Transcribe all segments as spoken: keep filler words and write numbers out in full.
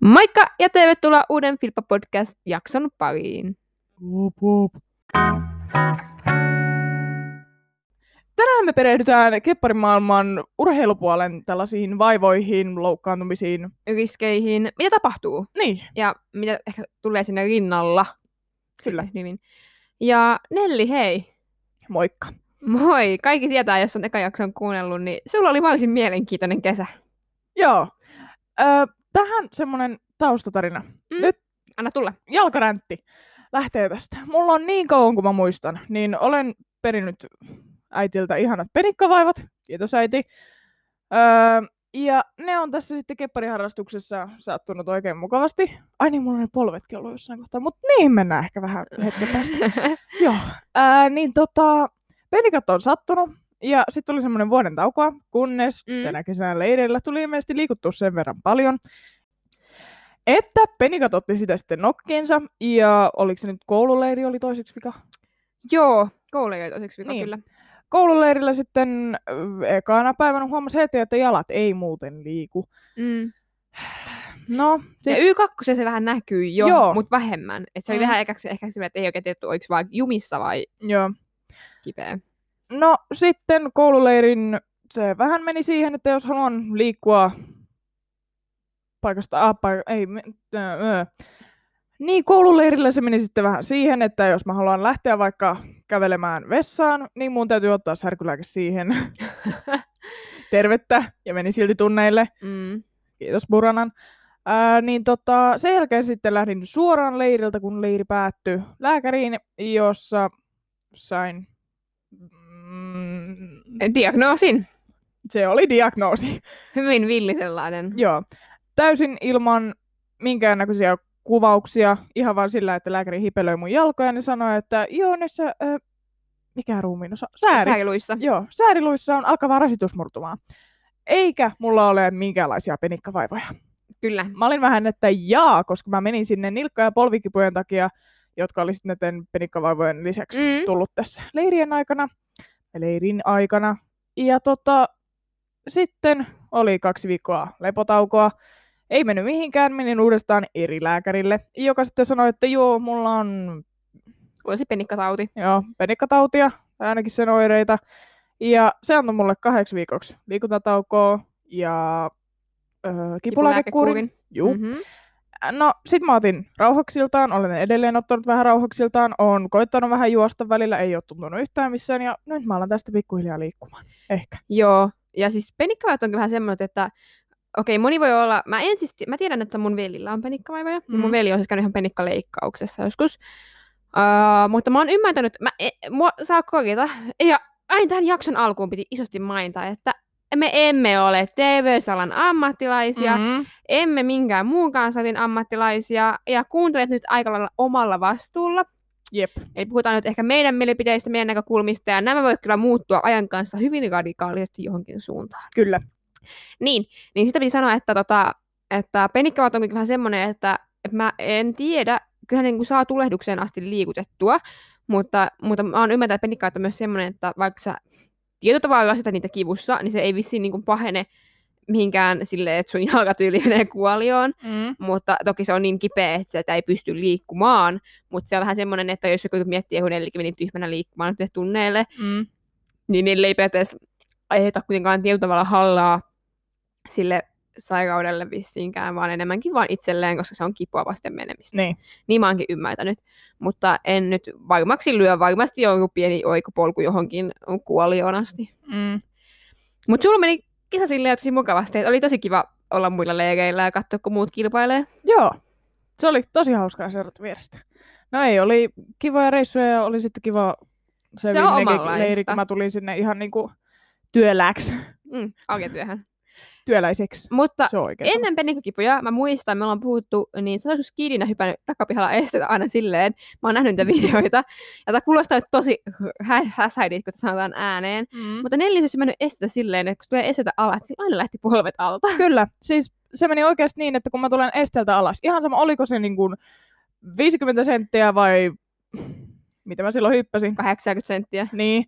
Moikka ja tervetuloa uuden Filppa-podcast-jakson pariin. Wup, wup. Tänään me perehdytään kepparimaailman urheilupuolen tällaisiin vaivoihin, loukkaantumisiin. Riskeihin. Mitä tapahtuu? Niin. Ja mitä ehkä tulee sinne rinnalla. Kyllä. Hyvin. Ja Nelli, hei. Moikka. Moi. Kaikki tietää, jos on eka jakson kuunnellut, niin sulla oli varsin mielenkiintoinen kesä. Joo. Ö, tähän semmonen taustatarina. Mm. Nyt Anna tulla. jalkaräntti lähtee tästä. Mulla on niin kauan kuin mä muistan, niin olen perinnyt äitiltä ihanat penikkavaivat. Kiitos äiti. Öö, ja ne on tässä sitten keppariharrastuksessa sattunut oikein mukavasti. Ai niin, mulla on ne polvetkin ollut jossain kohtaa, mutta niihin mennään ehkä vähän hetken päästä. Joo. Ää, niin tota, penikat on sattunut. Ja sitten oli semmoinen vuoden taukoa, kunnes mm. tänä kesänä leireillä tuli ilmeisesti liikuttua sen verran paljon, että penikat otti sitä sitten nokkiinsa. Ja oliko se nyt koululeiri oli toiseksi vika? Joo, koululeiri oli toiseksi vika, niin. Kyllä. Koululeirillä sitten ekana päivänä huomasi heti, että jalat ei muuten liiku. Mm. No, sit... Ja Y kaksi se vähän näkyy jo, Joo. mutta vähemmän. Et se oli Mm. vähän ehkä, ehkä sillä, että ei oikein tiedetty, oliko vaan jumissa vai Joo. kipeä. No sitten koululeirin se vähän meni siihen, että jos haluan liikkua paikasta A, paik- ei, ö, ö. Niin koululeirillä se meni sitten vähän siihen, että jos mä haluan lähteä vaikka kävelemään vessaan, niin mun täytyy ottaa särkylääke siihen. Tervettä, ja meni silti tunneille. Mm. Kiitos Buranan. Ää, niin tota, sen jälkeen sitten lähdin suoraan leiriltä, kun leiri päättyi lääkäriin, jossa sain... Mm, Diagnoosin. se oli diagnoosi. Hyvin villi sellainen. Joo. Täysin ilman minkäännäköisiä kuvauksia, ihan vaan sillä, että lääkäri hipelöi mun jalkoja, niin sanoi, että joo, näissä, äh, mikä ruumiinosa? Sääri. Sääriluissa. Joo, sääriluissa on alkavaa rasitusmurtumaa. Eikä mulla ole minkäänlaisia penikkavaivoja. Kyllä. Mä olin vähän, että jaa, koska mä menin sinne nilkka- ja polvikipujen takia, jotka oli sitten näiden penikkavaivojen lisäksi Mm. tullut tässä leirien aikana, leirin aikana. Ja tota, sitten oli kaksi viikkoa lepotaukoa. Ei mennyt mihinkään, menin uudestaan eri lääkärille, joka sitten sanoi, että joo, mulla on Olisi penikkatauti. joo, penikkatautia, tai ainakin sen oireita. Ja se antoi mulle kahdeksi viikoksi liikuntataukoa ja öö, kipulääkekuurin. Juu. Mm-hmm. No, sit mä otin rauhaksiltaan, olen edelleen ottanut vähän rauhaksiltaan, oon koittanut vähän juosta välillä, ei ole tuntunut yhtään missään, ja nyt mä alan tästä pikkuhiljaa liikkumaan. Ehkä. Joo, ja siis penikkavaivat onkin vähän semmoinen, että okei, moni voi olla, mä en siis, mä tiedän, että mun velillä on penikkavaivoja, mm. mun veli on siis käynyt ihan penikkaleikkauksessa joskus, uh, mutta mä oon ymmärtänyt, mä, e, mua saa korjata, ja aina tähän jakson alkuun piti isosti mainita, että me emme ole terveysalan ammattilaisia, Mm-hmm. emme minkään muunkaan salin ammattilaisia, ja kuuntelet nyt aika lailla omalla vastuulla. Jep. Eli puhutaan nyt ehkä meidän mielipiteistä, meidän näkökulmista, ja nämä voivat kyllä muuttua ajan kanssa hyvin radikaalisesti johonkin suuntaan. Kyllä. Niin, niin sitä piti sanoa, että, tota, että penikkavaivat on vähän semmoinen, että, että mä en tiedä, kyllähän niin kuin saa tulehdukseen asti liikutettua, mutta, mutta mä oon ymmärtänyt, että penikkavaivat on myös semmoinen, että vaikka sä tietyllä tavalla asetat niitä kivussa, niin se ei vissiin niin kuin pahene mihinkään silleen, että sun jalkatyyli menee kuolioon, Mm. mutta toki se on niin kipeä, että sitä ei pysty liikkumaan, mutta se on vähän semmoinen, että jos joku miettii, että Nellikin meni tyhmänä liikkumaan nyt tunneille, Mm. niin niille ei periaatteessa aiheuta kuitenkaan tietyllä tavalla hallaa sille sairaudelle vissiinkään, vaan enemmänkin vaan itselleen, koska se on kipua vasten menemistä. Niin. Niin mä oonkin ymmärtänyt, mutta en nyt varmaksi lyö, varmasti joku pieni oikupolku johonkin kuolioon asti. Mm. Mutta sulla meni kisa silleen tosi mukavasti, että oli tosi kiva olla muilla leireillä ja katsoa, kun muut kilpailee. Joo. Se oli tosi hauskaa seurata vierestä. No ei, oli kivoja reissuja ja oli sitten kiva se, Se on leiri, omanlaista. kun mä tulin sinne ihan niinku työläksi. Mm, työhön. Työläiseksi. Mutta se on oikein ennen penikkakipuja, mä muistan, me ollaan puhuttu, niin sä olis skidinä hypännyt takapihalla esteitä aina silleen. Mä oon nähnyt niitä videoita. Ja tää kuulostaa nyt tosi hä- häsäidit, kun sanotaan ääneen. Mm. Mutta Nelli olisi mennyt esteitä silleen, että kun tulee esteitä alas, niin aina lähti polvet alta. Kyllä. Siis se meni oikeasti niin, että kun mä tulen esteeltä alas, ihan sama, oliko se niin kuin viisikymmentä senttiä vai mitä mä silloin hyppäsin. kahdeksankymmentä senttiä. Niin.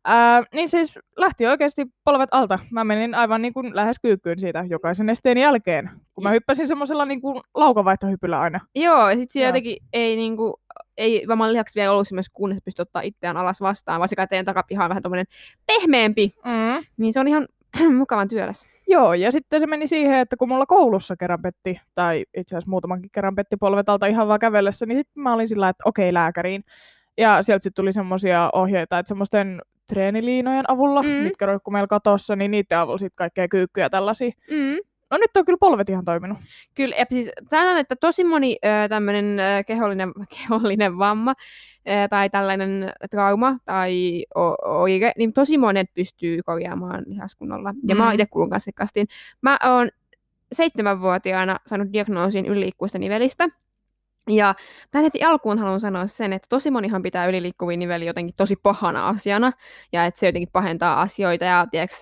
Ää, niin siis lähti oikeasti polvet alta. Mä menin aivan niin kuin lähes kyykkyyn siitä jokaisen esteen jälkeen, kun mä hyppäsin semmoisella niin kuin laukavaihtohypyllä aina. Joo, ja sit siellä Joo. jotenkin ei niinku, ei vamman lihaksi vielä ollut semmoisessa kunnossa pysty ottaa itseään alas vastaan, varsinkaan teidän takapiha on vähän tommonen pehmeämpi. Mm. Niin se on ihan mukavan työläs. Joo, ja sitten se meni siihen, että kun mulla koulussa kerran petti, tai itse asiassa muutamankin kerran petti polvet alta ihan vaan kävellessä, niin sitten mä olin sillä, että okei, lääkäriin. Ja sieltä sitten tuli semmoisia ohjeita, että semmoisten treeniliinojen avulla, mm. mitkä roikkuu meillä katossa, niin niiden avulla sitten kaikkea kyykkyjä ja tällaisia. Mm. No nyt on kyllä polvet ihan toiminut. Kyllä, ja siis sanon, että tosi moni ö, tämmöinen ö, kehollinen, kehollinen vamma ö, tai tällainen trauma tai o- oire, niin tosi monet pystyy korjaamaan lihaskunnolla. Ja mm. mä oon itse kuulun kanssa kastiin. Mä oon seitsemänvuotiaana saanut diagnoosin yliliikkuista nivelistä. Ja tämän heti alkuun haluan sanoa sen, että tosi monihan pitää yliliikkuvia niveliä jotenkin tosi pahana asiana. Ja että se jotenkin pahentaa asioita ja tiiäks,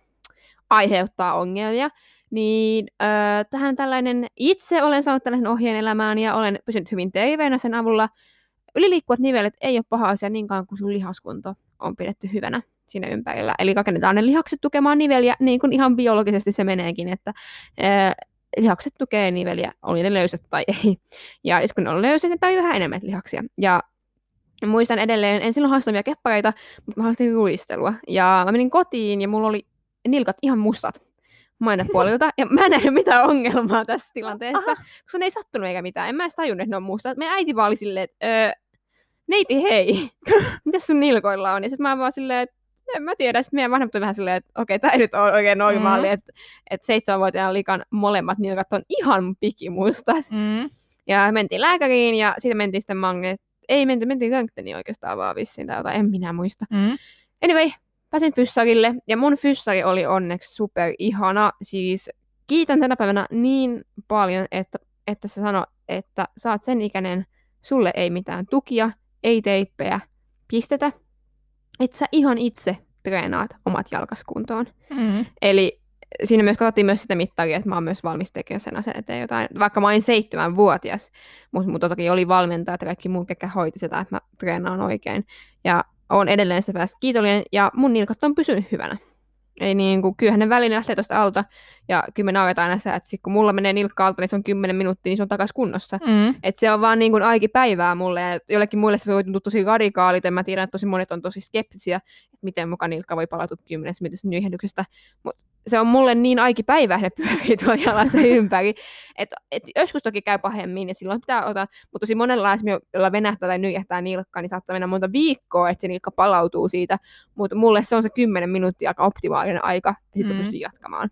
aiheuttaa ongelmia. Niin äh, tähän tällainen, itse olen saanut tällaisen ohjeen elämään ja olen pysynyt hyvin terveenä sen avulla. Yliliikkuvat nivelet ei ole paha asia niin kauan kuin sun lihaskunto on pidetty hyvänä siinä ympärillä. Eli rakennetaan ne lihakset tukemaan niveliä niin kuin ihan biologisesti se meneekin, että äh, lihakset tukee niveliä, oli ne löysät tai ei. Ja jos kun ne on löysät, ne tarvitsee vähän enemmän lihaksia. Ja muistan edelleen, en silloin haastavia keppareita, mutta mä haastin ruistelua. Ja mä menin kotiin ja mulla oli nilkat ihan mustat mainen puolilta. Ja mä en nähnyt mitään ongelmaa tässä tilanteessa, Aha. koska ne ei sattunut eikä mitään. En mä edes tajunnut, että ne on mustat. Meidän äiti vaan oli silleen, että öö, neiti hei, mitäs sun nilkoilla on? Ja sitten mä vaan silleen, että en mä tiedä. Sitten meidän vanhemmat on vähän silleen, että okei, tää ei nyt ole oikein normaali, mm. että et seitsemänvuotiaan likan molemmat nilkat on ihan pikimustat. Mm. Ja mentiin lääkäriin ja siitä mentiin sitten magneet. Ei menty, mentiin röntgeniin oikeastaan vaan vissiin tai jotain, en minä muista. Mm. Anyway, pääsin fyssarille ja mun fyssari oli onneksi super ihana. Siis kiitän tänä päivänä niin paljon, että, että se sanoi, että sä oot sen ikäinen, sulle ei mitään tukia, ei teippejä, pistetä. Että sä ihan itse treenaat omat jalkas kuntoon. Mm. Eli siinä myös katsottiin myös sitä mittaria, että mä oon myös valmis tekemään sen asian eteen jotain. Vaikka mä olin seitsemänvuotias, mutta mut toki oli valmentaja, että kaikki muu ketkä hoiti sitä, että mä treenaan oikein. Ja oon edelleen sitä päästä kiitollinen, ja mun nilkat on pysynyt hyvänä. Ei niin kuin, kyllähän ne väliin lähtee tuosta alta, ja kyllä me nauretaan aina sitä, että sit, kun mulla menee nilkka alta, niin se on kymmenen minuuttia, niin se on takas kunnossa. Mm. Että se on vaan niin kuin arkipäivää mulle, ja jollekin muille se voi tuntua tosi radikaalit, ja mä tiedän, että tosi monet on tosi skeptisiä, että miten mukaan nilkka voi palautua kymmenessä minuutissa nyihdyksistä. Mutta se on mulle niin arkipäivää, ne pyörii tuolla jalassa ympäri. Että et joskus toki käy pahemmin, ja silloin pitää ottaa, mutta tosi monella esimerkiksi, jolla venähtää tai nyjähtää nilkkaa, niin saattaa mennä monta viikkoa, että se nilkka palautuu siitä. Mutta mulle se on se kymmenen minuuttia aika optimaalinen aika, ja sitten mm. pystyy jatkamaan.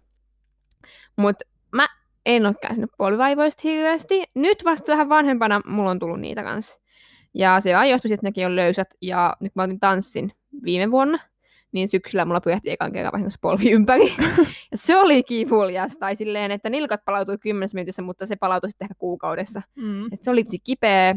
Mutta mä en ole kärsinyt polvivaivoista hirveästi. Nyt vasta vähän vanhempana mulla on tullut niitä kanssa. Ja se vaan johtui, että nekin on löysät. Ja nyt mä otin tanssin viime vuonna. Niin syksyllä mulla pyöhti ekan kerran vahingossa polvi ympäri. Ja se oli kivulias. Tai silleen, että nilkat palautui kymmenessä minuutissa, mutta se palautui sitten ehkä kuukaudessa. Mm. Et se oli tosi kipeä.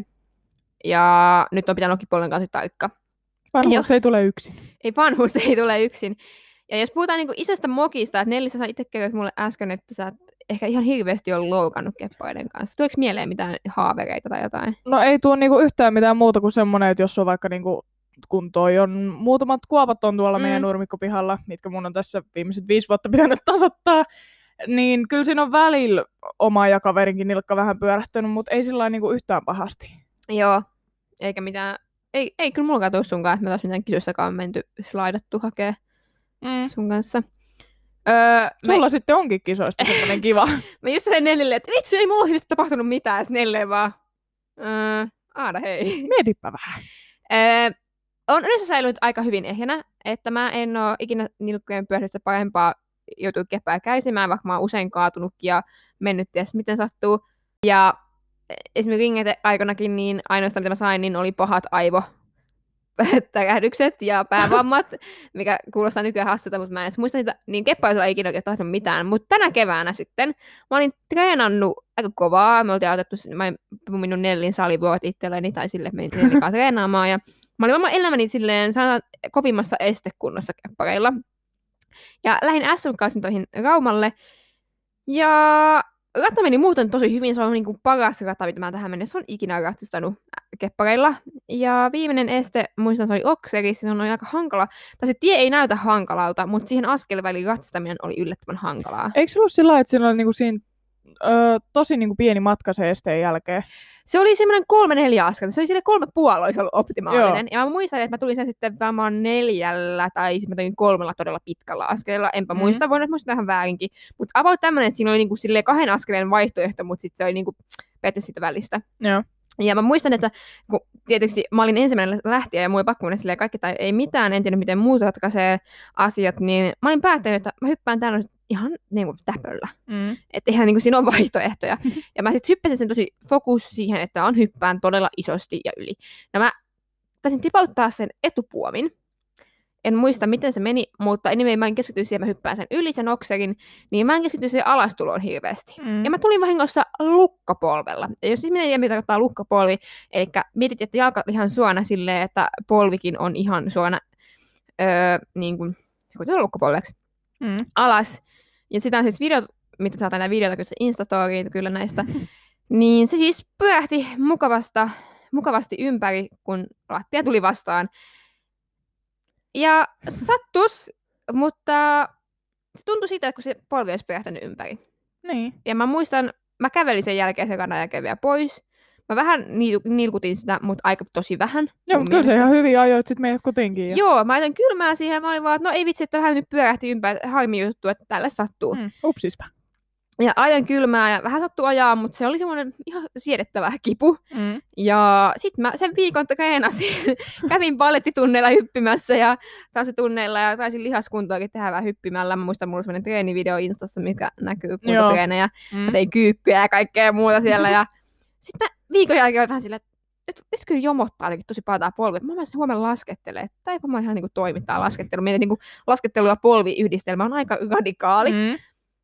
Ja nyt on pitänyt polven kanssa tarkka. Vanhuus ei tule yksin. Ei, vanhuus ei tule yksin. Ja jos puhutaan niinku isosta mokista, että Nelli, sä itse kerroit mulle äsken, että sä et ehkä ihan hirveästi ole loukannut keppareiden kanssa. Tuleeko mieleen mitään haavereita tai jotain? No ei tuo niinku yhtään mitään muuta kuin semmoinen, että jos on vaikka niinku kun toi on muutamat kuopat on tuolla mm. meidän nurmikkopihalla, mitkä mun on tässä viimeiset viisi vuotta pitänyt tasoittaa, niin kyllä siinä on välillä oma ja kaverinkin nilkka vähän pyörähtänyt, mutta ei sillä niinku yhtään pahasti. Joo, eikä mitään, ei, ei kyllä mullakaan tuu sunkaan, että me taas mitään kisoissakaan on menty slaidattu hakee mm. sun kanssa. Öö, Sulla me... sitten onkin kisoista semmoinen kiva. Mä just sanoin Nellille, että vitsi, ei mulla ole hyvistä tapahtunut mitään, ja sitten Nelle vaan, öö, aada hei. Mietipä vähän. Öö, on yleensä säilynyt aika hyvin ehjänä, että mä en ole ikinä nilkkojen pyöhdystä parempaa joutunut keppää käisemään, vaikka mä oon usein kaatunutkin ja mennyt ties miten sattuu. Ja esimerkiksi ringeiden aikonakin niin ainoastaan mitä mä sain, niin oli pahat aivo tärähdykset ja päävammat, mikä kuulostaa nykyään hassulta, mutta mä en edes muista niitä, niin keppaisella ei ikinä oikein tahtonut mitään. Mutta tänä keväänä sitten mä olin treenannut aika kovaa, me oltiin otettu, mä olin minun Nellin salivuorot itselleni tai sille menin Nellin kanssa treenaamaan ja mä olin varmaan elämäni silleen sanotaan, kovimmassa estekunnossa keppareilla. Ja lähdin S M-karsintoihin Raumalle ja ratta meni muuten tosi hyvin. Se on niinku paras ratta, mitä mä tähän mennessä on ikinä ratsastanut keppareilla. Ja viimeinen este, muistan, se oli Okseri. Se on aika hankala. Tai se tie ei näytä hankalalta, mutta siihen askelväliin ratsastaminen oli yllättävän hankalaa. Eikö se ollut sillä lailla, että siinä oli niinku siinä, ö, tosi niinku pieni matka se esteen jälkeen? Se oli semmoinen kolme neljä askelta. Se oli sille kolme puolella olisi ollut optimaalinen. Joo. Ja mä muistan, että mä tulin sen sitten varmaan neljällä tai sitten mä tulin kolmella todella pitkällä askeleella. Enpä Mm. muista, voin muistaa ihan väärinkin. Mutta about tämmöinen, että siinä oli niinku silleen kahden askeleen vaihtoehto, mutta sitten se oli niinku periaatteessa siitä välistä. Joo. Ja mä muistan, että kun tietysti mä olin ensimmäinen lähtijä ja mulla oli pakko mennä silleen kaikki tai ei mitään, en tiedä miten muut ratkaisee asiat, niin mä olin päättänyt, että mä hyppään täällä nyt ihan niin kuin täpöllä. Mm. Että eihän niin kuin siinä ole vaihtoehtoja. Ja mä sitten hyppäsin sen tosi fokus siihen, että on hyppään todella isosti ja yli. Ja mä taisin tipauttaa sen etupuomin. En muista, miten se meni, mutta anyway, mä en keskity siihen, mä hyppään sen yli sen okserin, niin mä en keskity siihen alastuloon hirveästi. Mm. Ja mä tulin vahingossa lukkapolvella. Ja jos ihminen ei tiedä, mitä tarkoittaa lukkapolvi, eli mietit, että jalka ihan suona silleen, että polvikin on ihan suona, öö, niin kuin, kuten lukkapolveksi, Mm. alas. Ja sitä on siis videot, mitä saatan näitä videoita kyllä Instastoriin kyllä näistä, niin se siis pyörähti mukavasta, mukavasti ympäri, kun lattia tuli vastaan. Ja sattus, mutta se tuntui siitä, että kun se polvi olisi pyörähtänyt ympäri. Niin. Ja mä muistan, mä kävelin sen jälkeen sen radan jälkeen vielä pois. Mä vähän niil- nilkutin sitä, mutta aika tosi vähän. Joo, mun mutta kyllä se mielestä. ihan hyvin ajoit sit meidät kotiinkin. Ja... Joo, mä ajoin kylmää siihen. Mä olin vaan, että no ei vitsi, että vähän nyt pyörähti ympäri. Harmi juttu, että tälle sattuu. Mm. Upsista. Ja ajoin kylmää ja vähän sattuu ajaa, mutta se oli semmoinen ihan siedettävä kipu. Mm. Ja sit mä sen viikon treenasin. Kävin ballettitunneilla hyppimässä ja tunneilla ja taisin lihaskuntoakin tehdä vähän hyppimällä. Mä muistan, mulla oli semmoinen treenivideo Instassa, mikä näkyy kuntotreenejä. Mm. Mä tein kyykkyjä ja kaikkea muuta siellä. Ja sitten mä viikon jälkeen olin vähän silleen, että nyt, nyt kyllä jomottaa jotenkin tosi paljon tää polvi. Mä mä huomenna laskettelee. Tää ei varmaan ihan niinku toimittaa laskettelu. Mietin, niinku laskettelu ja polviyhdistelmä on aika radikaali. Mm.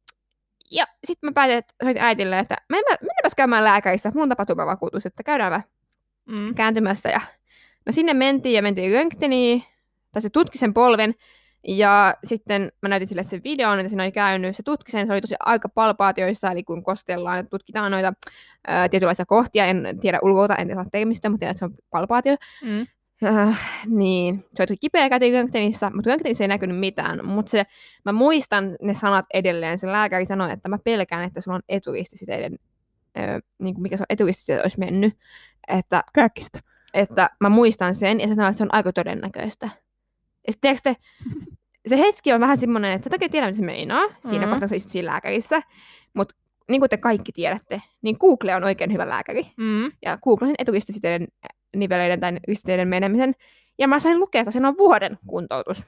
Ja sitten mä päätin, että soitin äitille, että mennäpäs käymään lääkärissä. Mulla on tapaturmavakuutus, että käydään vähän Mm. kääntymässä. Ja... No sinne mentiin ja mentiin röntgeniin. Tai se tutki sen polven. Ja sitten mä näytin sille sen videon, että siinä oli käynyt. Se tutki sen, se oli tosi aika palpaatioissa, eli kun kostellaan, että tutkitaan noita ää, tietynlaisia kohtia. En tiedä ulkoa, en tiedä termistä, mutta tiedän, että se on palpaatio. Mm. Äh, niin, se oli kipeä käytiin röntgenissä, mutta röntgenissä ei näkynyt mitään. Mutta se, mä muistan ne sanat edelleen. Se lääkäri sanoi, että mä pelkään, että sulla on eturistisiteiden, äh, niin kuin mikä se on eturistisiteiden olisi mennyt. Että, Käkkistä. että mä muistan sen, ja se sanoi, että se on aika todennäköistä. Ja sitten te, se hetki on vähän semmoinen, että sä toki tiedä, mitä se meinaa siinä Mm. kohtaa, kun sä istut siinä lääkärissä. Mutta niin kuin te kaikki tiedätte, niin Google on oikein hyvä lääkäri. Mm. Ja googlasin eturistisiteiden niveleiden tai ristiteiden menemisen. Ja mä sain lukea, että siinä on vuoden kuntoutus.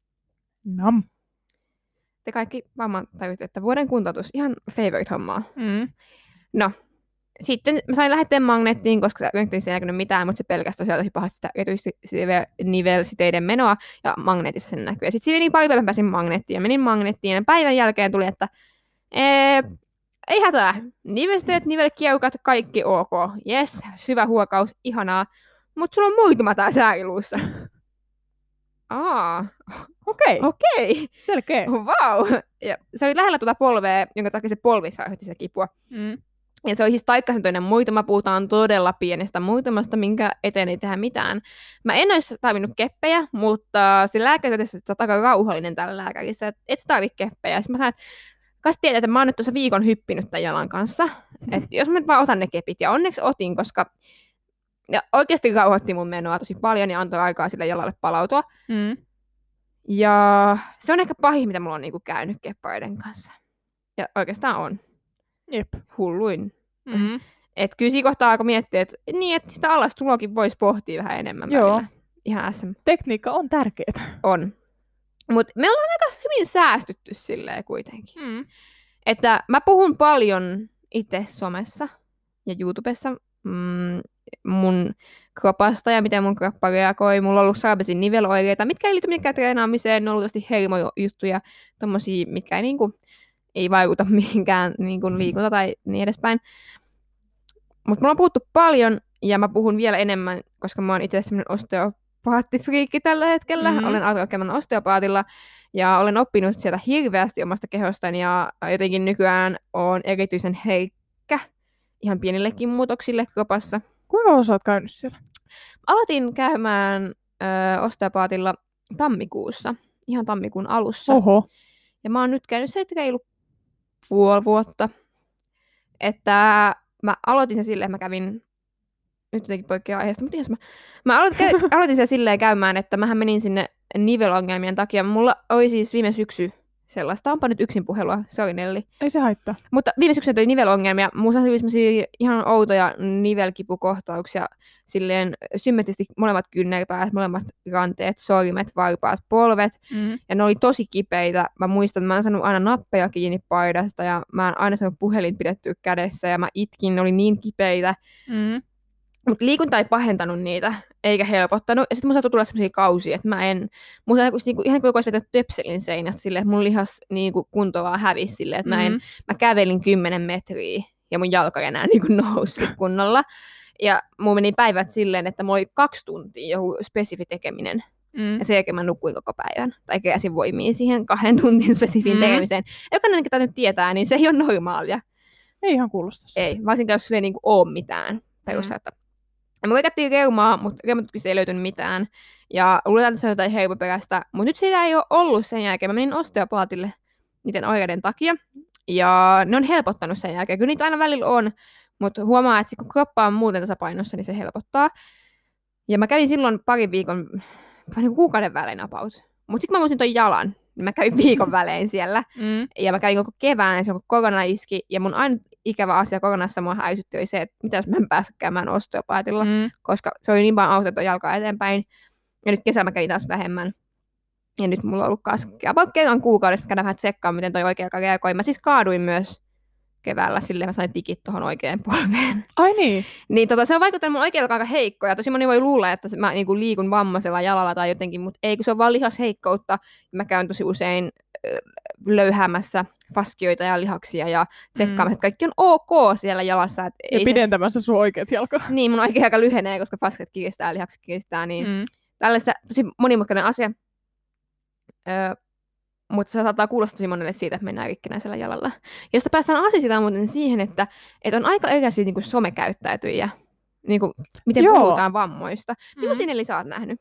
Nam. Te kaikki varmaan tajutte, että vuoden kuntoutus, ihan favorite hommaa. Mm. No, sitten mä sain lähetteen magneettiin, koska röntgenissä ei näkynyt mitään, mutta se pelkästyi tosiaan tosi pahasti sitä eturistinivel-siteiden menoa, ja magneetissa sen näkyy. Ja sitten siinä niin pari päivän pääsin magneettiin, ja menin magneettiin, ja päivän jälkeen tuli, että ee, ei hätää, nivelsiteet, nivelkieukat, kaikki ok. Jes, hyvä huokaus, ihanaa. Mutta sulla on muutama tää sääriluussa. Aa, Okei, okay. okei. selkeä. Vau. Ja se oli lähellä tuota polvea, jonka takia se polvi aiheutti sitä kipua. Mm. Ja se oli siis taikkasentoinen muituma, puhutaan todella pienestä muutamasta, minkä eteen ei tehdä mitään. Mä en olisi tarvinnut keppejä, mutta se lääkäri totesi, että sä oot aika rauhallinen tällä lääkärissä, että et sä tarvitse keppejä. Sitten mä sanoin, että kas tiedät, että mä oon nyt tuossa viikon hyppinyt tämän jalan kanssa. Että jos mä nyt vaan otan ne kepit, ja onneksi otin, koska ja oikeasti rauhoitti mun menoa tosi paljon ja antoi aikaa sille jalalle palautua. Mm. Ja se on ehkä pahin, mitä mulla on niinku käynyt keppareiden kanssa. Ja oikeastaan on. Jep. Hulluin. Mm. Että kyllä siinä kohtaa alkoi miettiä, että niin, että sitä alastuloakin voisi pohtia vähän enemmän Joo. välillä. Ihan S M Tekniikka on tärkeää. on. Mutta me ollaan aika hyvin säästytty silleen kuitenkin. Mm. Että mä puhun paljon itse somessa ja YouTubessa mm, mun kropasta ja miten mun kroppa reagoi. Mulla on ollut sarbesin niveloireita, mitkä ei liity mihinkään treenaamiseen. Ne on ollut tosi hermojuttuja, tommosia, mitkä ei, niinku, ei vaikuta mihinkään niinku, liikunta tai niin edespäin. Mutta mulla on puhuttu paljon ja mä puhun vielä enemmän, koska mä oon itse semmonen osteopaattifriikki tällä hetkellä. Mm. Olen alkanut käymään osteopaatilla. Ja olen oppinut sieltä hirveästi omasta kehostani ja jotenkin nykyään on erityisen herkkä ihan pienillekin muutoksille kropassa. Kuinka kauan sä oot käynyt siellä? Aloitin käymään ö, osteopaatilla tammikuussa, ihan tammikuun alussa. Oho. Ja mä oon nyt käynyt se reilu puoli vuotta. Että mä aloitin sen silleen, että mä kävin, nyt jotenkin poikkeaa aiheesta, mutta jos mä, mä aloitin, aloitin sen silleen käymään, että mähän menin sinne nivelongelmien takia. Mulla oli siis viime syksy sellaista, onpa nyt yksin puhelua, sori Nelli. Ei se haittaa. Mutta viime syksynä tuli nivelongelmia. Mulla oli semmosia ihan outoja nivelkipukohtauksia, silleen symmetrisesti molemmat kynnärpäät, molemmat ranteet, sormet, varpaat, polvet. Mm. Ja ne oli tosi kipeitä. Mä muistan, että mä en saanut aina nappeja kiinni paidasta ja mä en aina saanut puhelin pidettyä kädessä ja mä itkin, ne oli niin kipeitä. Mm. Mutta liikunta ei pahentanut niitä, eikä helpottanut. Ja sitten mun saattoi tulla semmosia kausia, että mä en... Mun saattoi niinku, ihan kuin olisi vetänyt töpselin seinästä silleen, että mun lihas niinku, kunto vaan hävisi silleen, että mä, en, mä kävelin kymmenen metriä ja mun jalka ei enää niinku, noussut kunnolla. Ja mun meni päivät silleen, että mulla oli kaksi tuntia joku spesifi tekeminen. Mm. Ja sen jälkeen mä nukuin koko päivän. Tai keräsin voimia siihen kahden tuntin spesifiin mm. tekemiseen. Jokainen, ketä nyt tietää, niin se ei ole normaalia. Ei ihan kuulosta. Ei, varsinkaan jos sillä ei niinku, ole mitään perussaetta. Mm. Ja me leikattiin reumaa, mutta reumatutkista ei löytynyt mitään. Ja luuletaan, että se on jotain hermoperäistä. Mutta nyt sitä ei ole ollut sen jälkeen. Mä menin osteopaatille niiden oireiden takia. Ja ne on helpottanut sen jälkeen. Kyllä niitä aina välillä on. Mutta huomaa, että kun kroppa on muuten tasapainossa, niin se helpottaa. Ja mä kävin silloin parin viikon, niin kuukauden välein about. Mutta sitten mä muistin ton jalan. Niin mä kävin viikon välein siellä. Mm. Ja mä kävin koko kevään, ja se on korona iski. Ja mun aina ikävä asia koronassa mua häisytti oli se, että mitä jos mä en pääse käymään osteopaatilla, mm. koska se oli niin paljon autettu jalkaa eteenpäin. Ja nyt kesällä mä kävin taas vähemmän. Ja nyt mulla on ollut kanssa kerran kuukaudessa, mä käydään vähän tsekkaan, miten toi oikea jalka reagoi. Mä siis kaaduin myös keväällä, silleen mä sain tikit tuohon oikeaan polveen. Ai niin? Niin tota, se on vaikuttanut mun oikea jalka aika heikko, ja tosi moni voi luulla, että mä niinku liikun vammaisella jalalla tai jotenkin, mutta ei, kun se on vaan lihasheikkoutta. Mä käyn tosi usein äh, löyhäämässä faskioita ja lihaksia ja tsekkaamassa, mm. että kaikki on ok siellä jalassa. Et ja ei pidentämässä se... sun oikeat jalkaa. Niin, mun oikea jalka lyhenee, koska faskiot kiristää ja lihakset kiristää, niin mm. tällaista tosi monimutkainen asia. Öö, mutta se saattaa kuulostaa tosi monelle siitä, että mennään rikkinäisellä jalalla. Josta päästään asiaan muuten siihen, että, että on aika erilaisia niin kuin somekäyttäytyjiä, niin kuin, miten Joo. puhutaan vammoista. Mitä mm. sinne sä oot nähnyt?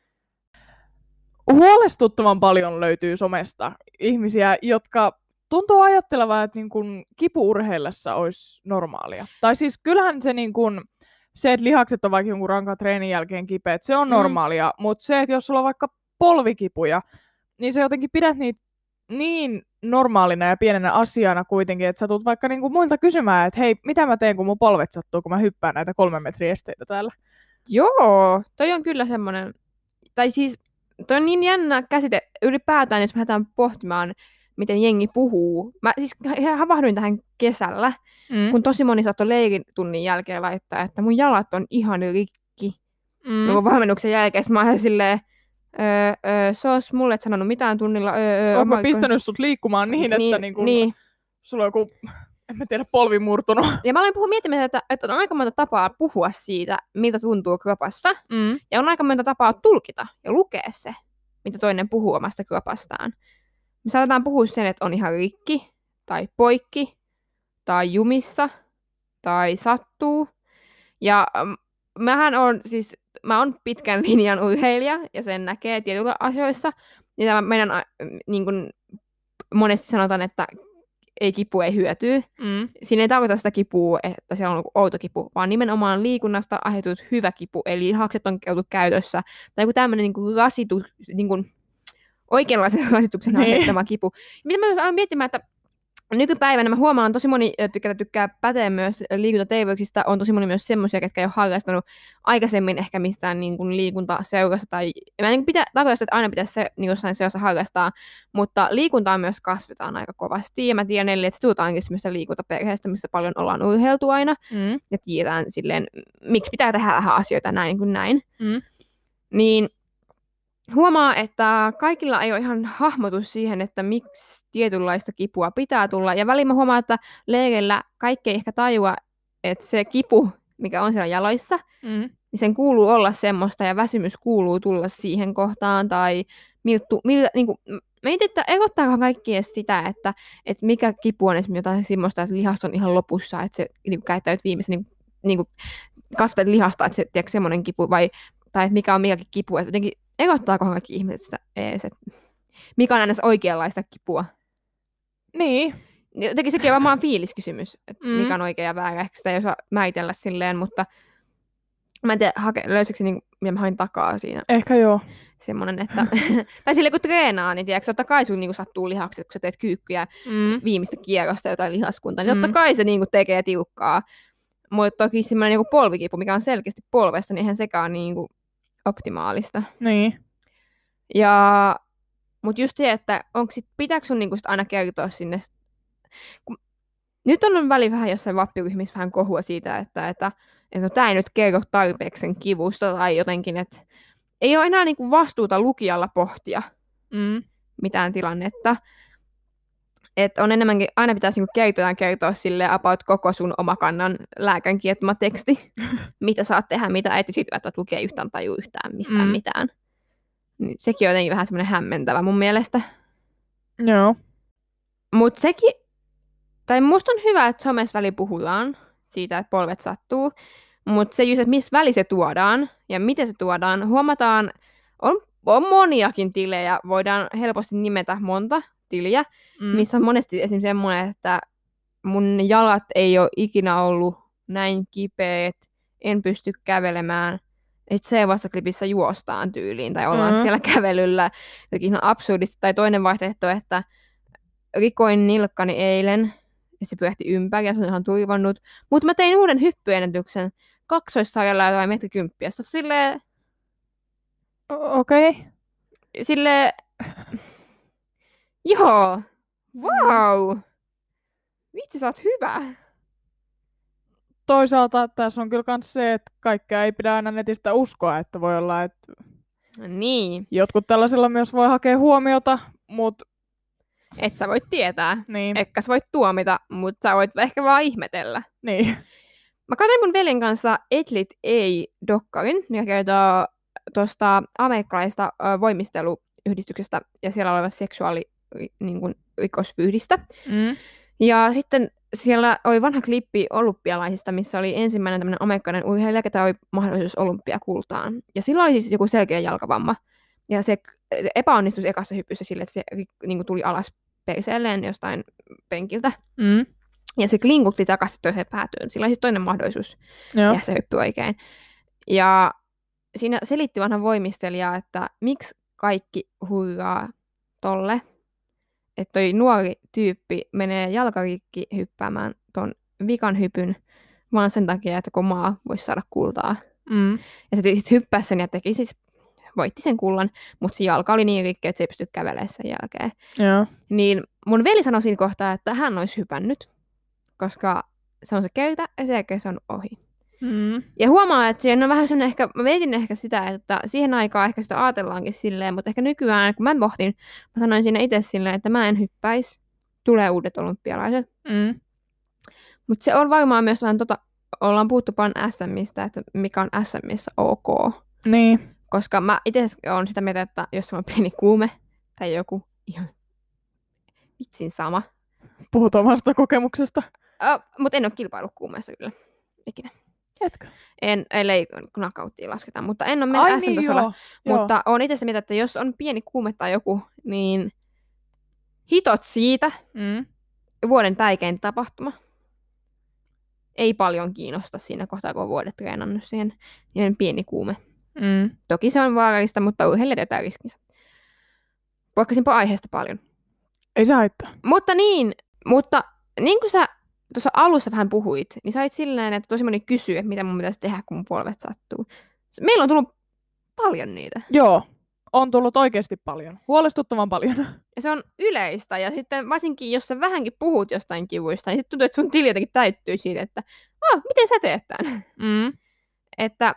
Huolestuttavan paljon löytyy somesta ihmisiä, jotka tuntuu ajattelevan, että niin kun kipu-urheillessa olisi normaalia. Tai siis kyllähän se, niin kun, se että lihakset on vaikka jonkun rankan treenin jälkeen kipeät, se on normaalia. Mm. Mutta se, että jos sulla on vaikka polvikipuja, niin sä jotenkin pidät niitä niin normaalina ja pienenä asiana kuitenkin, että sä tulet vaikka niinku muilta kysymään, että hei, mitä mä teen, kun mun polvet sattuu, kun mä hyppään näitä kolmen metrin esteitä täällä. Joo, toi on kyllä semmoinen, tai siis toi on niin jännä käsite ylipäätään, jos me lähdetään pohtimaan, miten jengi puhuu. Mä siis havahduin tähän kesällä, mm. kun tosi moni saattoi leiritunnin jälkeen laittaa, että mun jalat on ihan rikki. Mm. No, valmennuksen jälkeen mä oon silleen, Öö, öö, se olisi mulle et sanonut mitään tunnilla. Öö, Oletko mä pistänyt sut liikkumaan niin, että niin, niinku, niin. sulla on joku, en mä tiedä, polvi murtunut. Ja mä aloin puhua miettimään, että, että on aika monta tapaa puhua siitä, miltä tuntuu kropassa. Mm. Ja on aika monta tapaa tulkita ja lukea se, mitä toinen puhuu omasta kropastaan. Me saatetaan puhua sen, että on ihan rikki, tai poikki, tai jumissa, tai sattuu. Ja mähän on siis... Mä oon pitkän linjan urheilija ja sen näkee tietyillä asioissa. Ja meidän niin kun, monesti sanotaan, että ei kipu ei hyötyy. Mm. Siinä ei tarkoita sitä kipua, että siellä on outo kipu, vaan nimenomaan liikunnasta aiheutunut hyvä kipu, eli lihakset on käyty käytössä. Tai joku tämmöinen niin rasitus, niin kun, oikeanlaisen rasituksen aiheuttama kipu. Mitä mä aloin miettimään, että nykypäivänä mä huomaan, tosi moni, ketkä tykkää päteä myös liikuntaterveyksistä, on tosi moni myös semmoisia, ketkä ei ole harrastanut aikaisemmin ehkä mistään niin kuin liikuntaseurassa. Tai, mä en pitää tarkoita, että aina pitäisi se niin jossain seurassa harrastaa, mutta liikuntaa myös kasvetaan aika kovasti. Ja mä tiedän, eli että tultaankin semmoista liikuntaperheestä, missä paljon ollaan urheiltu aina. Mm. Ja tiedetään silleen, miksi pitää tehdä vähän asioita näin kuin näin. Mm. Niin huomaa, että kaikilla ei ole ihan hahmotus siihen, että miksi tietynlaista kipua pitää tulla. Ja väliin mä huomaan, että leirillä kaikki ei ehkä tajua, että se kipu, mikä on siellä jaloissa, mm. niin sen kuuluu olla semmoista ja väsymys kuuluu tulla siihen kohtaan. Tai miltä, miltä, niin kuin, mä mietin, että erottaako kaikki edes sitä, että, että mikä kipu on esimerkiksi jotain semmoista, että lihas on ihan lopussa, että se niin kuin, käyttäyt viimeisen niin, niin kuin, kasvatet lihasta, että se tiedätkö, semmoinen kipu, vai, tai mikä on mikäkin kipu, että jotenkin erottaako kaikki ihmiset sitä ees, että mikä on aina oikeanlaista kipua. Niin. Jotenkin sekin on varmaan fiiliskysymys, että Mm. mikä on oikea ja väärä, ehkä sitä ei osaa määritellä silleen, mutta mä en tiedä, hake, löysikö se, niin, mitä mä hain takaa siinä. Ehkä joo. Semmoinen, että, tai silleen kun treenaa, niin tiedätkö, totta kai sun niin sattuu lihakset, kun sä teet kyykkyjä Mm. viimeistä kierrosta jotain lihaskuntaa, niin Mm. totta kai se niin kuin, tekee tiukkaa. Mutta toki semmoinen niin polvikipu, mikä on selkeästi polvessa, niin eihän sekään niin kuin, optimaalista. Niin. Ja, mutta just se, että onko sit, pitääkö sun niin kuin, sit aina kertoa sinne, kun, nyt on väli vähän jossain vappiryhmissä vähän kohua siitä, että, että, että no, tämä ei nyt kerro tarpeeksi sen kivusta tai jotenkin, että ei ole enää niin kuin, vastuuta lukijalla pohtia Mm. mitään tilannetta. Että on enemmänkin, aina pitäisi niinku kertoa kertoa silleen about koko sun omakannan lääkän kirjoittama teksti, mitä saat tehdä, mitä et, siitä että lukee yhtään tajuu yhtään mistään Mm. mitään. Niin sekin on jotenkin vähän semmoinen hämmentävä mun mielestä. Joo. Mutta sekin, tai musta on hyvä, että somessa väli puhutaan siitä, että polvet sattuu, mutta se just, että missä väli se tuodaan ja miten se tuodaan, huomataan, on, on moniakin tilejä, voidaan helposti nimetä monta tiliä, Mm. missä on monesti esimerkiksi semmoinen, että mun jalat ei ole ikinä ollut näin kipeät, en pysty kävelemään. Että se vasta klipissä juostaan tyyliin tai ollaan Mm. siellä kävelyllä. Jotenkin ihan absurdista. Tai toinen vaihtoehto, että rikoin nilkkani eilen ja se pyöhti ympäri ja se on ihan tuivannut. Mutta mä tein uuden hyppyennätyksen kaksoissarjalla jotain metri kymppiä. Sitten silleen, O- Okei. Okay. silleen, joo, wow, vitsi sä oot hyvä. Toisaalta tässä on kyllä myös se, että kaikkea ei pidä aina netistä uskoa, että voi olla, että Niin, jotkut tällaisilla myös voi hakea huomiota, mutta et sä voit tietää. niin. Etkä sä voit tuomita, mutta sä voit ehkä vaan ihmetellä. niin. Mä katsoin mun veljen kanssa Athlete A-dokkarin, mikä kertoo tuosta amerikkalaista ö, voimisteluyhdistyksestä ja siellä olevasta seksuaalirikosvyyhdistä. Mm. Ja sitten siellä oli vanha klippi olympialaisista, missä oli ensimmäinen tämmöinen amerikkalainen urheilija, ketä oli mahdollisuus olympiakultaan. Ja sillä oli siis joku selkeä jalkavamma. Ja se epäonnistui ekassa hypyssä sille, että se niin kuin tuli alas perseelleen jostain penkiltä. Mm. Ja se klinkutti takaisin toiseen päätyyn. Sillä oli siis toinen mahdollisuus Joo. tehdä se hyppy oikein. Ja siinä selitti vanha voimistelija, että miksi kaikki hurraa tolle. Että toi nuori tyyppi menee jalkarikki hyppäämään ton vikan hypyn vaan sen takia, että kun maa voisi saada kultaa. Mm. Ja se sitten hyppäsi sen ja teki siis, voitti sen kullan, mutta se jalka oli niin rikki, että se ei pysty kävelemään sen jälkeen. Joo. Niin mun veli sanoi siinä kohtaa, että hän olisi hypännyt, koska se on se köytä ja se se on ohi. Mm. Ja huomaa, että siinä on vähän sellainen ehkä, mä mietin ehkä sitä, että siihen aikaan ehkä sitä ajatellaankin silleen, mutta ehkä nykyään, kun mä pohtin, mä sanoin siinä itse silleen, että mä en hyppäisi, tulee uudet olympialaiset. Mm. Mutta se on varmaan myös vähän tota, ollaan puhuttu paljon S M:istä, että mikä on S M:ssä ok. Niin. Koska mä itse olen sitä mieltä, että jos on pieni kuume tai joku ihan vitsin sama. Puhut omasta kokemuksesta. Oh, mutta en ole kilpailu kuumeessa kyllä ikinä. Etkö? En, ellei knockouttiin lasketa, mutta en ole mennyt Ai S niin, M-tasolla. joo. Mutta joo. olen itse sitä mieltä, että jos on pieni kuume tai joku, niin hitot siitä Mm. vuoden tärkein tapahtuma. Ei paljon kiinnosta siinä kohtaa, kun on vuodet treenannut siihen. Niin pieni kuume. Mm. Toki se on vaarallista, mutta urheilijat tietää riskinsä. Poikkasinpa aiheesta paljon. Ei se haittaa. Mutta niin, mutta niin kuin sä tuossa alussa vähän puhuit, niin sä olit silleen, että tosi moni kysyy, että mitä mun pitäisi tehdä, kun mun polvet sattuu. Meillä on tullut paljon niitä. Joo. On tullut oikeasti paljon. Huolestuttavan paljon. Ja se on yleistä. Ja sitten varsinkin, jos sä vähänkin puhut jostain kivuista, niin sitten tuntuu, että sun tili jotenkin täyttyy siitä, että ah, miten sä teet tämän? Mm. Että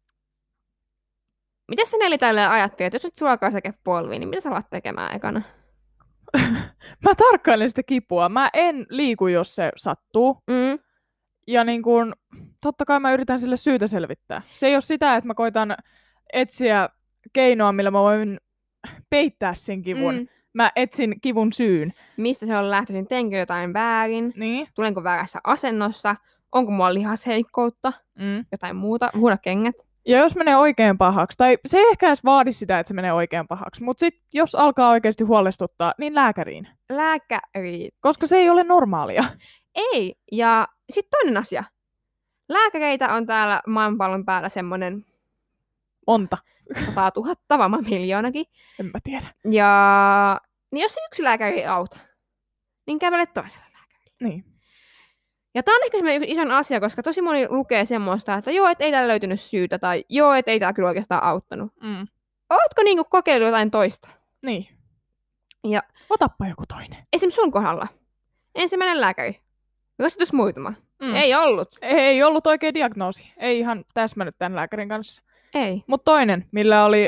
miten sä Neli tälleen ajattelet, että jos nyt sulla alkaa sekä polviin, niin mitä sä alat tekemään ekana? Mä tarkkailen sitä kipua. Mä en liiku, jos se sattuu. Mm. Ja niin kun, totta kai mä yritän sille syytä selvittää. Se ei ole sitä, että mä koitan etsiä keinoa, millä mä voin peittää sen kivun. Mm. Mä etsin kivun syyn. Mistä se on lähtöisin? Teenkö jotain väärin? Niin. Tulenko väärässä asennossa? Onko mulla lihasheikkoutta? Mm. Jotain muuta? Huono kengät? Ja jos menee oikein pahaksi, tai se ei ehkä edes vaadi sitä, että se menee oikein pahaksi, mutta sit jos alkaa oikeasti huolestuttaa, niin lääkäriin. Lääkäriin. Koska se ei ole normaalia. Ei. Ja sitten toinen asia. Lääkäreitä on täällä maanpallon päällä semmonen Monta. sata tuhatta, varmaan miljoonakin. En mä tiedä. Ja niin jos yksi lääkäri ei auta, niin kävele toiselle lääkärille. Niin. Ja tää on ehkä semmoinen ison asia, koska tosi moni lukee semmoista, että joo, et ei täällä löytynyt syytä, tai joo, et ei tää kyllä oikeastaan auttanut. Mm. Ootko niinku kokeillut jotain toista? Niin. Ja otappa joku toinen. Esimerkiksi sun kohdalla. Ensimmäinen lääkäri. Rasitusmuutuma. Mm. Ei ollut. Ei ollut oikea diagnoosi. Ei ihan täsmännyt tämän lääkärin kanssa. Ei. Mutta toinen, millä oli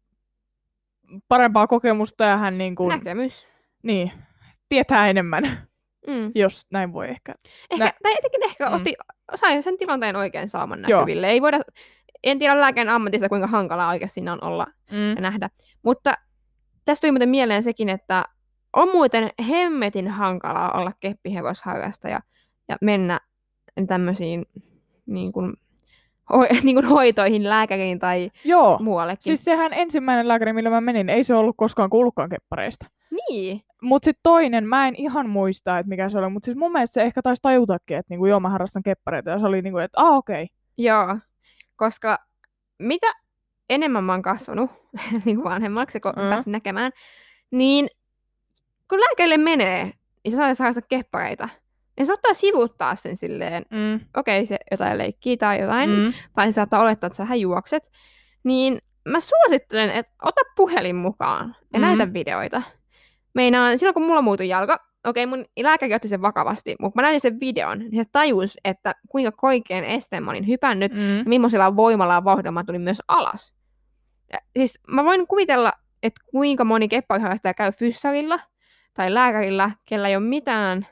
parempaa kokemusta ja hän niin kuin, Näkemys. niin, tietää enemmän, Mm. jos näin voi ehkä. Ehkä, Nä- tai etenkin ehkä Mm. otti, sai sen tilanteen oikein saaman Joo. näkyville. Ei voida, en tiedä lääkärin ammatista, kuinka hankalaa oikeasti siinä on olla Mm. ja nähdä. Mutta tästä tuli muuten mieleen sekin, että on muuten hemmetin hankalaa olla keppihevosharrastaja ja mennä tämmöisiin niin kuin, ho- niin kuin hoitoihin, lääkäriin tai Joo. muuallekin. Siis sehän ensimmäinen lääkäri, millä mä menin, ei se ollut koskaan kuullutkaan keppareista. Niin. Mut sit toinen, mä en ihan muista, että mikä se oli, mutta siis mun mielestä se ehkä taisi tajutakin, että niinku, joo, mä harrastan keppareita. Ja se oli niinku, että ah, okei. Okay. Joo, koska mitä enemmän mä oon kasvanut niin kuin vanhemmaksi, kun Mm. pääsin näkemään, niin kun lääkärille menee, niin sä saat harrastaa keppareita. Ja se saattaa sivuttaa sen silleen, Mm. okei, okay, se jotain leikkii tai jotain, Mm. tai se saattaa olettaa, että sä juokset, niin mä suosittelen, että ota puhelin mukaan ja Mm. näytä videoita. Meinaan, silloin kun mulla muutui jalka, okei, okay, mun lääkäri otti sen vakavasti, mutta mä näin sen videon, niin se tajus, että kuinka koikean esteen mä olin hypännyt, Mm. ja millaisella voimalla ja vauhdilla mä tulin myös alas. Ja siis mä voin kuvitella, että kuinka moni keppariharrastaja käy fyssarilla tai lääkärillä, kellä ei ole mitään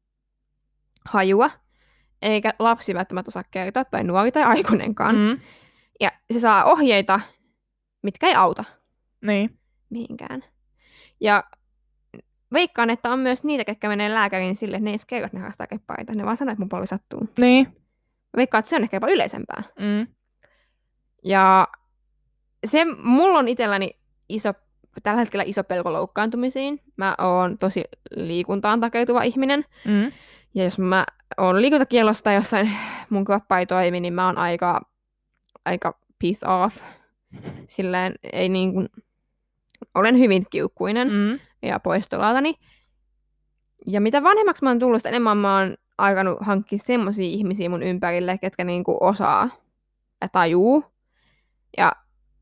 hajua, eikä lapsi välttämättä osaa kertoa, tai nuori tai aikuinenkaan. Mm. Ja se saa ohjeita, mitkä ei auta Niin. mihinkään. Ja veikkaan, että on myös niitä, ketkä menee lääkäriin sille, että ne ei edes kerro, että ne harrastaa keppareita. Ne vaan sanoo, että mun polvi sattuu. Niin. Veikkaan, että se on ehkä jopa yleisempää. Mm. Ja se, mulla on itselläni iso, tällä hetkellä iso pelko loukkaantumisiin. Mä oon tosi liikuntaan takeutuva ihminen. Mm. Ja jos mä oon liikuntakielossa tai jossain mun kroppa ei toimi, niin mä oon aika, aika piss off. Silleen ei niin kuin, olen hyvin kiukkuinen Mm. ja poistolaltani. Ja mitä vanhemmaksi mä oon tullut, sitä enemmän mä oon aikanut hankkia semmosia ihmisiä mun ympärille, ketkä niinku osaa ja tajuu. Ja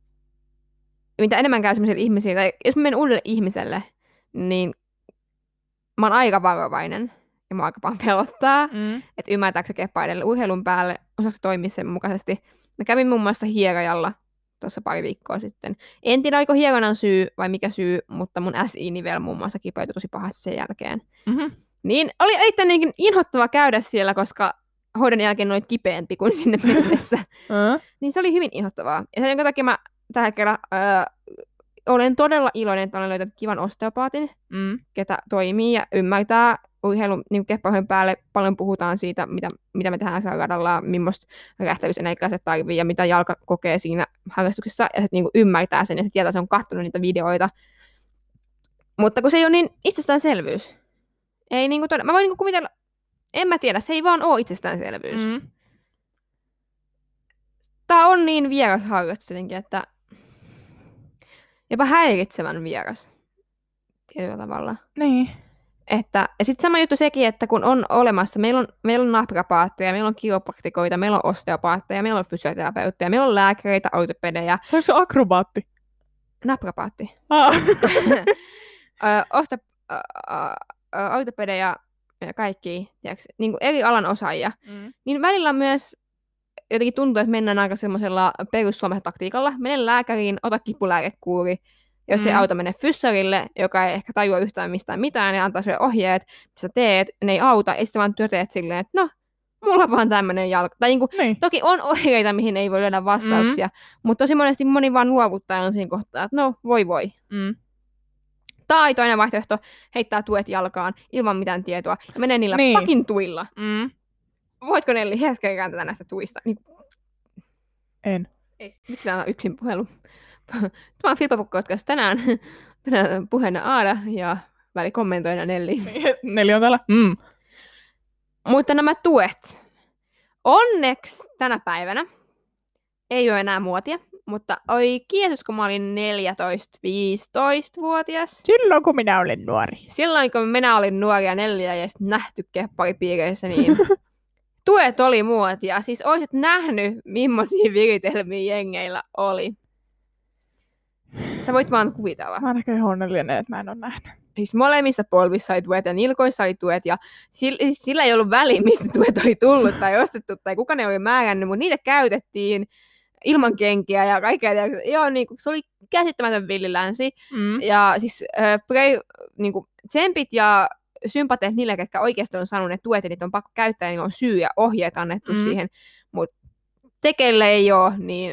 mitä enemmän käy semmoisille ihmisille, tai jos mä menen uudelle ihmiselle, niin mä oon aika varovainen. Ja mä aika paljon pelottaa, Mm. että ymmärtääkö se keppaidelle urheilun päälle, osaako toimia sen mukaisesti. Mä kävin muun muassa hierojalla tuossa pari viikkoa sitten. En tiedä, oliko hieronnan syy vai mikä syy, mutta mun S I-nivel muun muassa kipeutui tosi pahasti sen jälkeen. Mm-hmm. Niin oli erittäin inhottava käydä siellä, koska hoidon jälkeen olit kipeämpi kuin sinne mennessä. Mm. Niin se oli hyvin inhottavaa. Ja sen takia mä tällä hetkellä öö, olen todella iloinen, että olen löytänyt kivan osteopaatin, Mm. ketä toimii ja ymmärtää urheilun niin kepparojen päälle. Paljon puhutaan siitä, mitä, mitä me tehdään siellä radalla, millaista räjähtävyysenergiaa se tarvii ja mitä jalka kokee siinä harrastuksessa. Ja se niin ymmärtää sen ja se tietää, se on katsonut niitä videoita. Mutta kun se ei ole niin itsestäänselvyys. Ei niinku todella, mä voin niinku kuvitella, en mä tiedä, se ei vaan ole itsestäänselvyys. Mm. Tää on niin vieras harrastus jotenkin, että jopa häiritsevän vieras tietyllä tavalla. Niin. Että, ja sitten sama juttu sekin, että kun on olemassa, meillä on, meillä on naprapaatteja, meillä on kiropraktikoita, meillä on osteopaatteja, meillä on fysioterapeutteja, meilla on lääkäreitä, ortopedejä. Se onko se akrobaatti? Naprapaatti. Ah. Ö, oste, ö, ö, ortopedejä ja kaikki, tiiäks, niin kuin eri alan osaajia. Mm. Niin välillä on myös jotenkin tuntuu, että mennään aika semmoisella perussuometaktiikalla. Mene lääkäriin, ota kipulääkekuuri. Jos Mm. ei auta, mene fyssarille, joka ei ehkä tajua yhtään mistään mitään, ja antaa sulle ohjeet, mitä teet, ne ei auta, ja sitten vaan työteet silleen, että no, mulla on vaan tämmöinen jalka. Tai niin kuin, Niin. toki on ohjeita, mihin ei voi löydä vastauksia, mm. mutta tosi monesti moni vaan luovuttaa on siinä kohtaa, että no, voi voi. Mm. Tai toinen vaihtoehto, heittää tuet jalkaan ilman mitään tietoa ja menee niillä Niin. fucking tuilla. Mm. Voitko Nelli hetken tätä näistä tuista? Niin... En. Ei, miksi tämä on yksin puhelu? Tämä on Filppa Podcast tänään. Tänään puheena Aada ja välikommentoina Nelli. Nelli on täällä. Mm. Mutta nämä tuet. Onneksi tänä päivänä ei ole enää muotia, mutta oi kiesus, kun mä olin neljätoista viisitoista-vuotias. Silloin, kun minä olin nuori. Silloin, kun minä olin nuoria Nelliä ja sitten nähty kepparipiireissä, niin tuet oli muotia. Siis olisit nähnyt, millaisia viritelmiä jengeillä oli. Sä voit vaan kuvitella. Mä oon ehkä ihan onnellinen, että mä en ole nähnyt. Siis molemmissa polvissa oli tuet ja nilkoissa oli tuet ja sillä, sillä ei ollut väliä, mistä tuet oli tullut tai ostettu tai kuka ne oli määrännyt, mutta niitä käytettiin ilman kenkiä ja kaikkea. Joo, niin kuin, se oli käsittämätön villilänsi. Mm. Ja siis äh, pre, niin kuin, tsempit ja sympateet niille, ketkä oikeasti on saanut ne tuet ja niitä on pakko käyttää, niin on syy ja ohjeet annettu mm. siihen. Mutta tekelle ei ole, niin...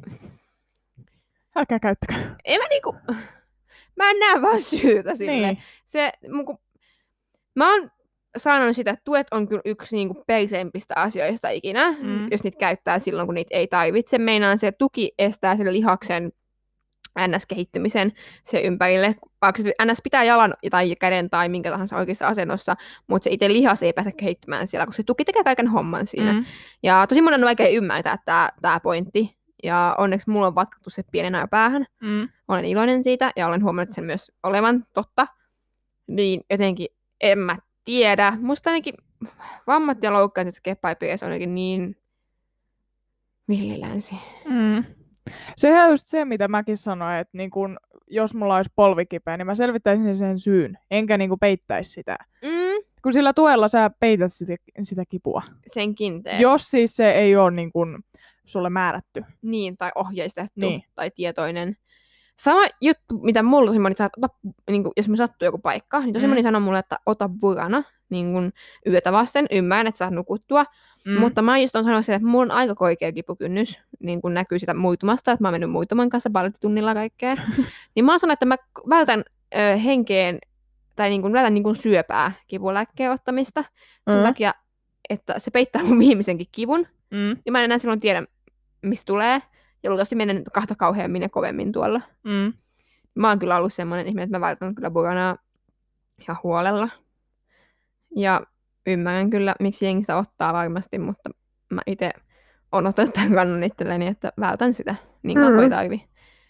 Älkää käyttäkää. En mä niinku... Mä en näe vaan syytä sille. Niin. Se, mun, mä oon sanonut sitä, että tuet on kyllä yksi niinku periseimpistä asioista ikinä, mm. jos niitä käyttää silloin, kun niitä ei tarvitse. Meinaan se tuki estää sille lihaksen N S-kehittymisen se ympärille. Vaikka se N S pitää jalan tai käden tai minkä tahansa oikeassa asennossa, mutta se itse lihas ei pääse kehittymään siellä, koska se tuki tekee kaiken homman siinä. Mm. Ja tosi monen on vaikea ymmärtää tämä pointti. Ja onneksi mulla on vatkattu se pienenä jo päähän. Mm. Olen iloinen siitä ja olen huomannut sen myös olevan totta. Niin jotenkin en mä tiedä. Musta ainakin vammat ja loukkaanset keppaipiirissä on jotenkin niin villilänsi. Mm. Sehän on just se, mitä mäkin sanoin, että niin kun, jos mulla olisi polvikipeä, niin mä selvittäisin sen syyn, enkä niin kun peittäisi sitä. Mm. Kun sillä tuella sä peität sitä, sitä kipua. Senkin teet. Jos siis se ei ole niin kun sulle määrätty. Niin, tai ohjeistettu, niin. Tai tietoinen. Sama juttu, mitä mulla tosi moni, että ota, niin kun, jos me sattuu joku paikka, niin tosi mm. moni sanoo mulle, että ota burana niin kun yötä vasten, ymmärrän, että saat nukuttua. Mm. Mutta mä just on sanonut sitä, että mulla on aika korkea kipukynnys, niin kun näkyy sitä muitumasta, että mä oon mennyt muituman kanssa ballettitunnilla kaikkea. Niin mä oon sanonut, että mä vältän ö, henkeen, tai niin kun, vältän niin kun syöpää kipulääkkeen ottamista. Sen mm. takia, että se peittää mun viimeisenkin kivun. Mm. Ja mä en enää silloin tiedä, mistä tulee. Ja luultavasti menen kahta kauheammin ja kovemmin tuolla. Mm. Mä oon kyllä ollut semmoinen ihminen, että mä vältän kyllä buranaa ihan huolella. Ja ymmärrän kyllä, miksi jengi sitä ottaa varmasti, mutta mä itse oon ottanut tämän kannan itselleni, että vältän sitä niin kauan kuin ei tarvi.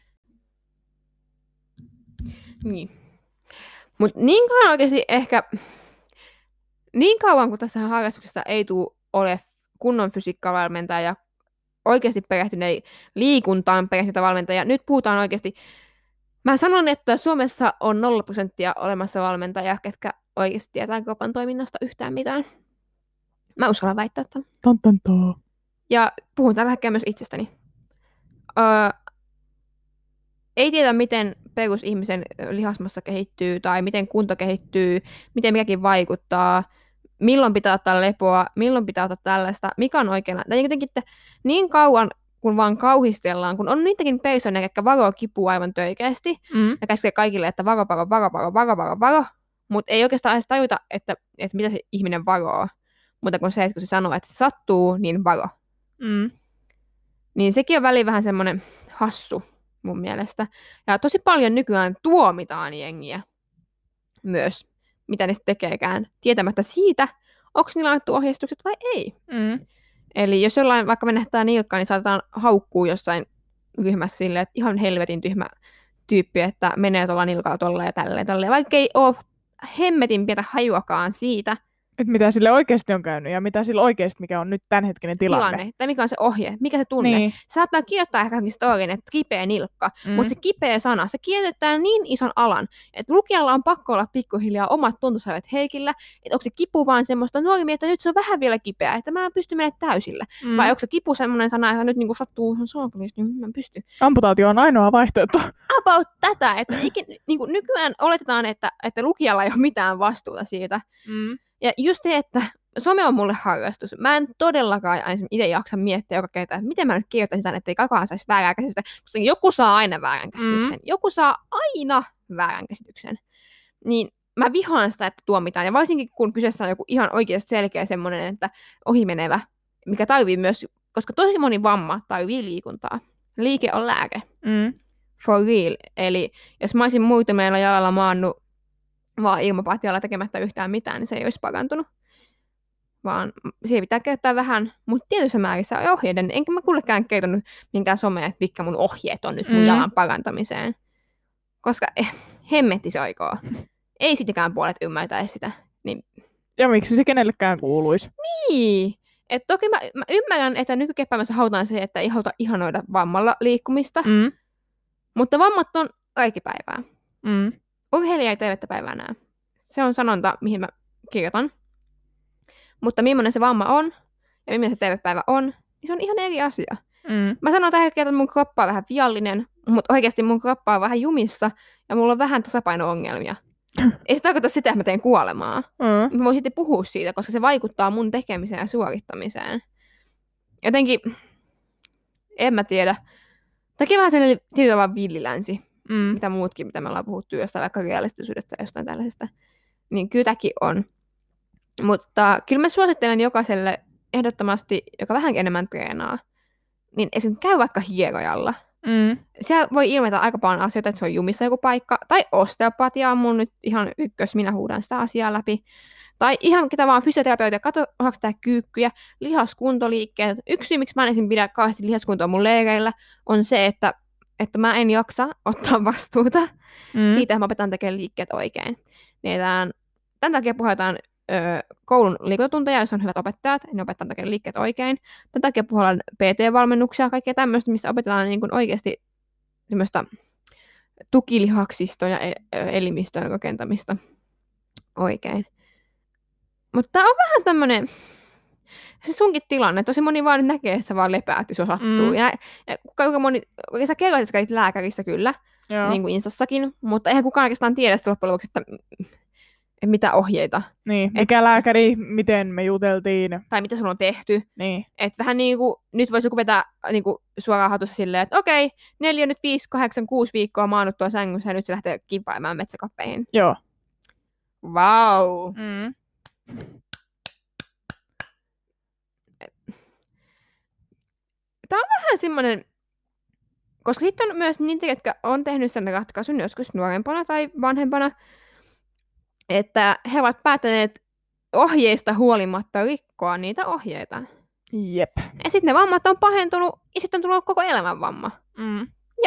Niin. Mut niin kauan oikeasti ehkä, niin kauan kuin tässä harrastuksessa ei tule ole kunnon fysiikkavalmentaja ja oikeasti perehtyneen liikuntaan perehtyneitä valmentajia. Nyt puhutaan oikeasti, mä sanon, että Suomessa on nolla prosenttia olemassa valmentajia, ketkä oikeasti tietää kropan toiminnasta yhtään mitään. Mä uskallan väittää, että. Tantantoo. Ja puhun tällä hetkellä myös itsestäni. Öö, ei tiedä, miten perusihmisen lihasmassa kehittyy tai miten kunto kehittyy, miten mikäkin vaikuttaa, milloin pitää ottaa lepoa, milloin pitää ottaa tällaista, mikä on oikeana. Tai jotenkin, että niin kauan, kun vaan kauhistellaan, kun on niitäkin personeja, jotka varoo kipua aivan töikästi, mm. ja käskee kaikille, että varo, varo, varo, varo, varo, varo, varo, mutta ei oikeastaan edes tajuta, että, että mitä se ihminen varoo. Mutta kun se, että kun se sanoo, että se sattuu, niin varo. Mm. Niin sekin on väliin vähän semmoinen hassu mun mielestä. Ja tosi paljon nykyään tuomitaan jengiä myös, mitä ne sitten tekeekään, tietämättä siitä, onko niillä annettu ohjeistukset vai ei. Mm. Eli jos jollain vaikka menehtää nilkkaa, niin saatetaan haukkua jossain ryhmässä silleen, että ihan helvetin tyhmä tyyppi, että menee tuolla nilkalla tolla ja tälleen, tälleen. Vaikka ei ole hemmetin pientä hajuakaan siitä, että mitä sille oikeasti on käynyt ja mitä sille oikeasti, mikä on nyt tämänhetkinen tilanne. tilanne. Tai mikä on se ohje, mikä se tunne. Niin. Saattaa kirjoittaa ehkä storin, että kipeä nilkka, mm. mutta se kipeä sana, se kirjoitetaan niin ison alan, että lukijalla on pakko olla pikkuhiljaa omat tuntosäivet heikillä, että onko se kipu vaan semmoista nuorimi, että nyt se on vähän vielä kipeä, että mä pystyn menemään täysillä. Mm. Vai onko se kipu semmoinen sana, että nyt niinku sattuu soonkalista, niin mä pystyn. Amputaatio on ainoa vaihtoehto. About tätä, että ikin, niinku nykyään oletetaan, että, että lukijalla ei ole mitään vastuuta siitä. Mm. Ja just se, että some on mulle harrastus. Mä en todellakaan itse jaksa miettiä joka kerta, että miten mä nyt kirjoittaisin tämän, ettei kukaan saisi väärää käsitystä. Koska joku saa aina väärän käsityksen. Mm. Joku saa aina väärän käsityksen. niin mä vihaan sitä, että tuomitaan. Ja varsinkin kun kyseessä on joku ihan oikeasti selkeä semmoinen, että ohimenevä, mikä tarvii myös, koska tosi moni vamma tarvii liikuntaa. Liike on lääke. Mm. For real. Eli jos mä olisin muutamalla jalalla maannut vaan ilmapatjalla tekemättä yhtään mitään, niin se ei olisi parantunut. Vaan siihen pitää käyttää vähän, mutta tietyissä määrissä ohjeiden. Enkä mä kullekään kertonut minkään somea, että mitkä mun ohjeet on nyt mun mm. jalan parantamiseen. Koska eh, hemmetti se aikoo. Ei sitäkään puolet ymmärtäisi sitä. Niin... Ja miksi se kenellekään kuuluisi? Niin. Et toki mä, mä ymmärrän, että nykykeppäämässä halutaan se, että ei haluta ihanoida vammalla liikkumista. Mm. Mutta vammat on arkipäivää. Mm. Urheilija ei tervettä päivää näe. Se on sanonta, mihin mä kirjoitan. Mutta millainen se vamma on ja millainen se tervepäivä on, niin se on ihan eri asia. Mm. Mä sanon tällä hetkellä, että mun kroppa on vähän viallinen, mutta oikeasti mun kroppa on vähän jumissa ja mulla on vähän tasapaino-ongelmia. Ei se tarkoita sitä, että mä teen kuolemaa. Mm. Mä voin sitten puhua siitä, koska se vaikuttaa mun tekemiseen ja suorittamiseen. Jotenkin, en mä tiedä. Tämäkin vähän sellainen tietyllä vaan villilänsi, mm. mitä muutkin, mitä me ollaan puhuttu jostain vaikka realistisuudesta ja jostain tällaisesta. Niin kyllä tämäkin on. Mutta kyllä mä suosittelen jokaiselle ehdottomasti, joka vähän enemmän treenaa, niin esimerkiksi käy vaikka hierojalla. Mm. Siellä voi ilmetä aika paljon asioita, että se on jumissa joku paikka. Tai osteopatia on mun nyt ihan ykkös, minä huudan sitä asiaa läpi. Tai ihan ketä vaan fysioterapeutia, katso osaako tää kyykkyjä, lihaskuntoliikkeet. Yksi syy, miksi mä en esim. Pidä kauheasti lihaskuntoa mun leireillä, on se, että, että mä en jaksa ottaa vastuuta mm. siitä, että mä opetan tekemään liikkeet oikein. Niin tämän, tämän takia puhutaan ö, koulun liikuntatunteja, jos on hyvät opettajat, niin opetetaan tekemään liikkeet oikein. Tämän takia puhutaan P T-valmennuksia, kaikkea tämmöistä, missä opetetaan niin kuin oikeasti semmoista tukilihaksiston ja elimistön rakentamista oikein. Mutta tää on vähän tämmönen, se sunkin tilanne, tosi moni vaan näkee, että sä vaan lepäät, jos sattuu. Mm. Ja, ja kuka moni, sä kerroit, että sä kävit lääkärissä kyllä, Joo. niin kuin Instassakin, mutta eihän kukaan oikeastaan tiedä sitä loppujen lopuksi, että, että mitä ohjeita. Niin, mikä Et, lääkäri, miten me juteltiin. Tai mitä sulla on tehty. Niin. Että vähän niin kuin, nyt voisi joku vetää niin kuin suoraan hatussa silleen, että okei, neljä, nyt viisi, kahdeksan, kuusi viikkoa maannuttua sängyssä ja nyt se lähtee kimpailemaan metsäkappeihin. Joo. Vau. Mm. Tämä on vähän semmoinen, koska sitten on myös niitä, jotka on tehnyt sen ratkaisun joskus nuorempana tai vanhempana, että he ovat päättäneet ohjeista huolimatta rikkoa niitä ohjeita. Jep. Ja sitten ne vammat on pahentunut ja sitten on tullut koko elämän vamma. Mm. Ja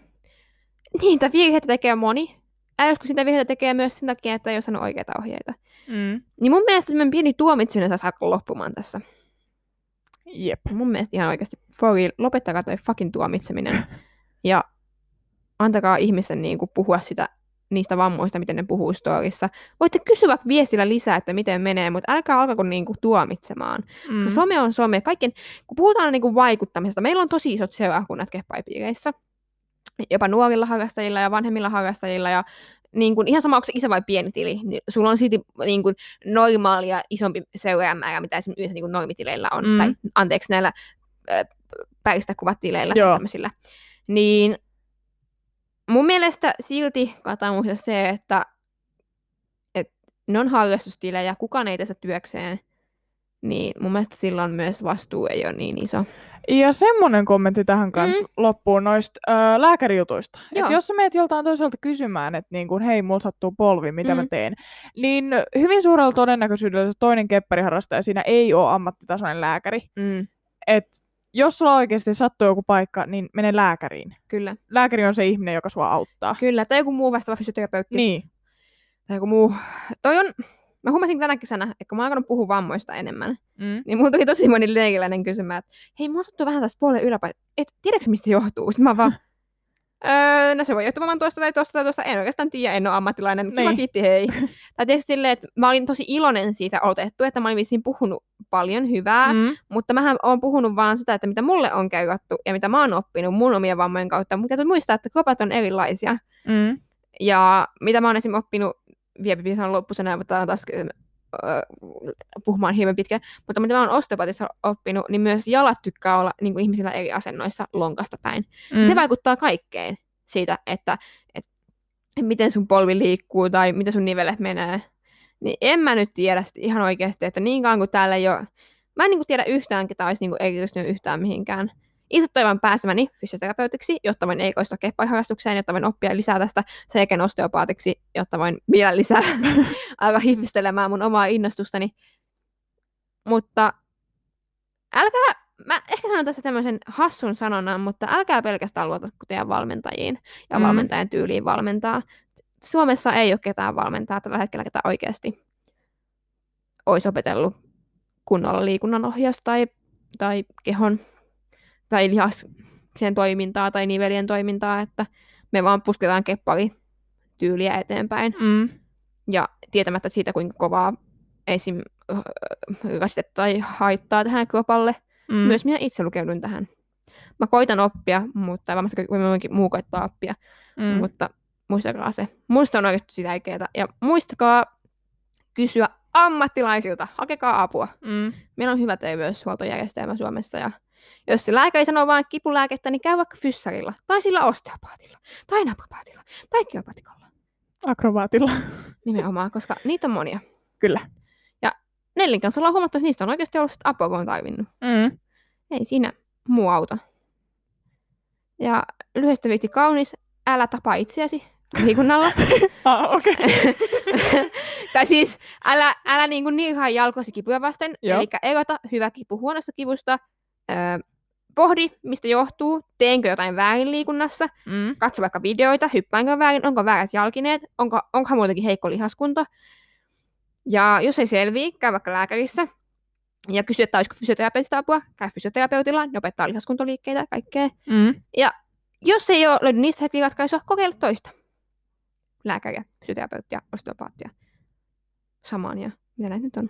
niitä virheitä tekee moni. Ja joskus niitä virheitä tekee myös sen takia, että ei ole saanut oikeita ohjeita. Mm. Niin mun mielestä semmoinen pieni tuomitseminen saisi alkaa loppumaan tässä. Jep. Mun mielestä ihan oikeasti, for real, lopettakaa toi fucking tuomitseminen. Ja antakaa ihmisten niin kuin, puhua sitä, niistä vammoista, miten ne puhuu storissa. Voitte kysyä vaikka viestillä lisää, että miten menee, mutta älkää alkako niin kuin, tuomitsemaan. Mm. Se some on some. Kaiken, kun puhutaan niin kuin, vaikuttamisesta, meillä on tosi isot seurakunnat keppaipiireissä. Jopa nuorilla harrastajilla ja vanhemmilla harrastajilla ja niin kuin, ihan sama, onko se iso vai pieni tili, niin sulla on silti niin kuin, normaalia isompi seuraajamäärä, mitä esimerkiksi niin kuin normitileillä on, mm. tai anteeksi näillä äh, päristä kuvatileillä ja tämmöisillä. Niin mun mielestä silti kannattaa muistaa se, että, että ne on harrastustilejä, kukaan ei tässä työkseen, niin mun mielestä silloin myös vastuu ei ole niin iso. Ja semmoinen kommentti tähän kanssa mm. loppuun noista ö, lääkärijutuista. Että jos sä meet joltain toiselta kysymään, että niin kun, hei, mulla sattuu polvi, mitä mm. mä teen, niin hyvin suurella todennäköisyydellä se toinen keppariharrastaja siinä ei ole ammattitasoinen lääkäri. Mm. Et jos sulla oikeasti sattuu joku paikka, niin mene lääkäriin. Kyllä. Lääkäri on se ihminen, joka sua auttaa. Kyllä, tai joku muu vastaava fysioterapeutti. Niin. Tai joku muu. Toi on... Mä huomasin tänä kesänä, että kun mä oon alkanut puhua vammoista enemmän, mm. niin mulla tuli tosi moni leikiläinen kysymään, että hei, mulla sattuu vähän tästä puolen yläpäin, et tiedätkö mistä johtuu? Sitten mä vaan, öö, no se voi johtua vaan tuosta tai tuosta tai tuosta, en oikeastaan tiedä, en ole ammattilainen, kiva kiitti, hei. Tai tietysti silleen, että mä olin tosi iloinen siitä otettu, että mä olin vissiin puhunut paljon hyvää, mm. mutta mähän oon puhunut vaan sitä, että mitä mulle on kerrottu ja mitä mä oon oppinut mun omien vammojen kautta, mutta täytyy muistaa, että kropat on erilaisia. Mm. Ja mitä mä oon esimerkiksi oppinut, vielä pitäisi loppusena, mutta taas äh, puhumaan hieman pitkään. Mutta mitä mä oon osteopatissa oppinut, niin myös jalat tykkää olla niin kuin ihmisillä eri asennoissa lonkasta päin. Mm. Se vaikuttaa kaikkeen siitä, että et, miten sun polvi liikkuu tai miten sun nivelet menee. Niin en mä nyt tiedä ihan oikeasti, että niin kauan kuin täällä ei ole... Mä en niin kuin tiedä yhtään, ketä olisi niin kuin erikoistunut yhtään mihinkään. Itse toivon pääsemäni fysioterapeutiksi, jotta voin erikoistua keppaharrastukseen, jotta voin oppia lisää tästä sen jälkeen osteopaatiksi, jotta voin vielä lisää alkaa hifvistelemään mun omaa innostustani. Mutta älkää, mä ehkä sanon tässä tämmöisen hassun sanonnan, mutta älkää pelkästään luota teidän valmentajiin ja Mm. valmentajan tyyliin valmentaa. Suomessa ei ole ketään valmentaa tällä hetkellä, ketä oikeasti olisi opetellut kunnolla liikunnanohjausta tai, tai kehon tai lihaksien toimintaa tai nivelien toimintaa, että me vaan pusketaan keppari tyyliä eteenpäin. Mm. Ja tietämättä siitä, kuinka kovaa esim. Rasitetta tai haittaa tähän kropalle. Mm. Myös minä itse lukeudun tähän. Mä koitan oppia, mutta varmasti voikin muu koittaa oppia. Mm. Mutta muistakaa se. Muista on oikeasti sitä äikeetä. Ja muistakaa kysyä ammattilaisilta. Hakekaa apua. Mm. Meillä on hyvä terveyshuoltojärjestelmä Suomessa. Ja jos se lääkäri sanoo vain kipulääkettä, niin käy vaikka fyssarilla. Tai sillä osteopaatilla. Tai naprapaatilla. Tai kiropatikolla. Akrobaatilla. Nimenomaan, koska niitä on monia. Kyllä. Nellin kanssa ollaan huomattu, että niistä on oikeasti ollut sitä apua, kun on tarvinnut. Mm. Ei siinä muu auta. Ja lyhyestä viitsi kaunis, älä tapa itseäsi liikunnalla. ah, okei. Okay. tai siis älä, älä niin niihaa jalkoisi kipuja vasten. Eli erota hyvä kipu huonosta kivusta. Öö, pohdi, mistä johtuu. Teenkö jotain väärin liikunnassa. Mm. Katso vaikka videoita. Hyppäänkö väärin. Onko väärät jalkineet. Onko, onkohan muutenkin heikko lihaskunto. Ja jos ei selviä, käy vaikka lääkärissä ja kysy, että olisiko fysioterapeutista apua. Käy fysioterapeutilla, ne opettaa lihaskuntoliikkeitä ja kaikkea. Mm. Ja jos ei ole löydy niistä hetkiä ratkaisua, kokeile toista. Lääkäriä, fysioterapeuttia, osteopaattia. Samania. Mitä näitä nyt on?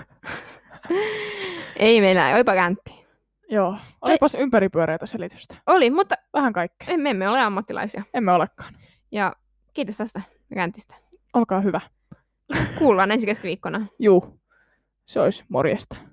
ei meillä, olipa räntti. Joo, olipas ei... ympäripyöreätä selitystä. Oli, mutta vähän kaikkea. Emme, emme ole ammattilaisia. Emme olekaan. Ja kiitos tästä räntistä. Olkaa hyvä. Kuullaan ensi keskiviikkona. Juu, se olisi morjesta.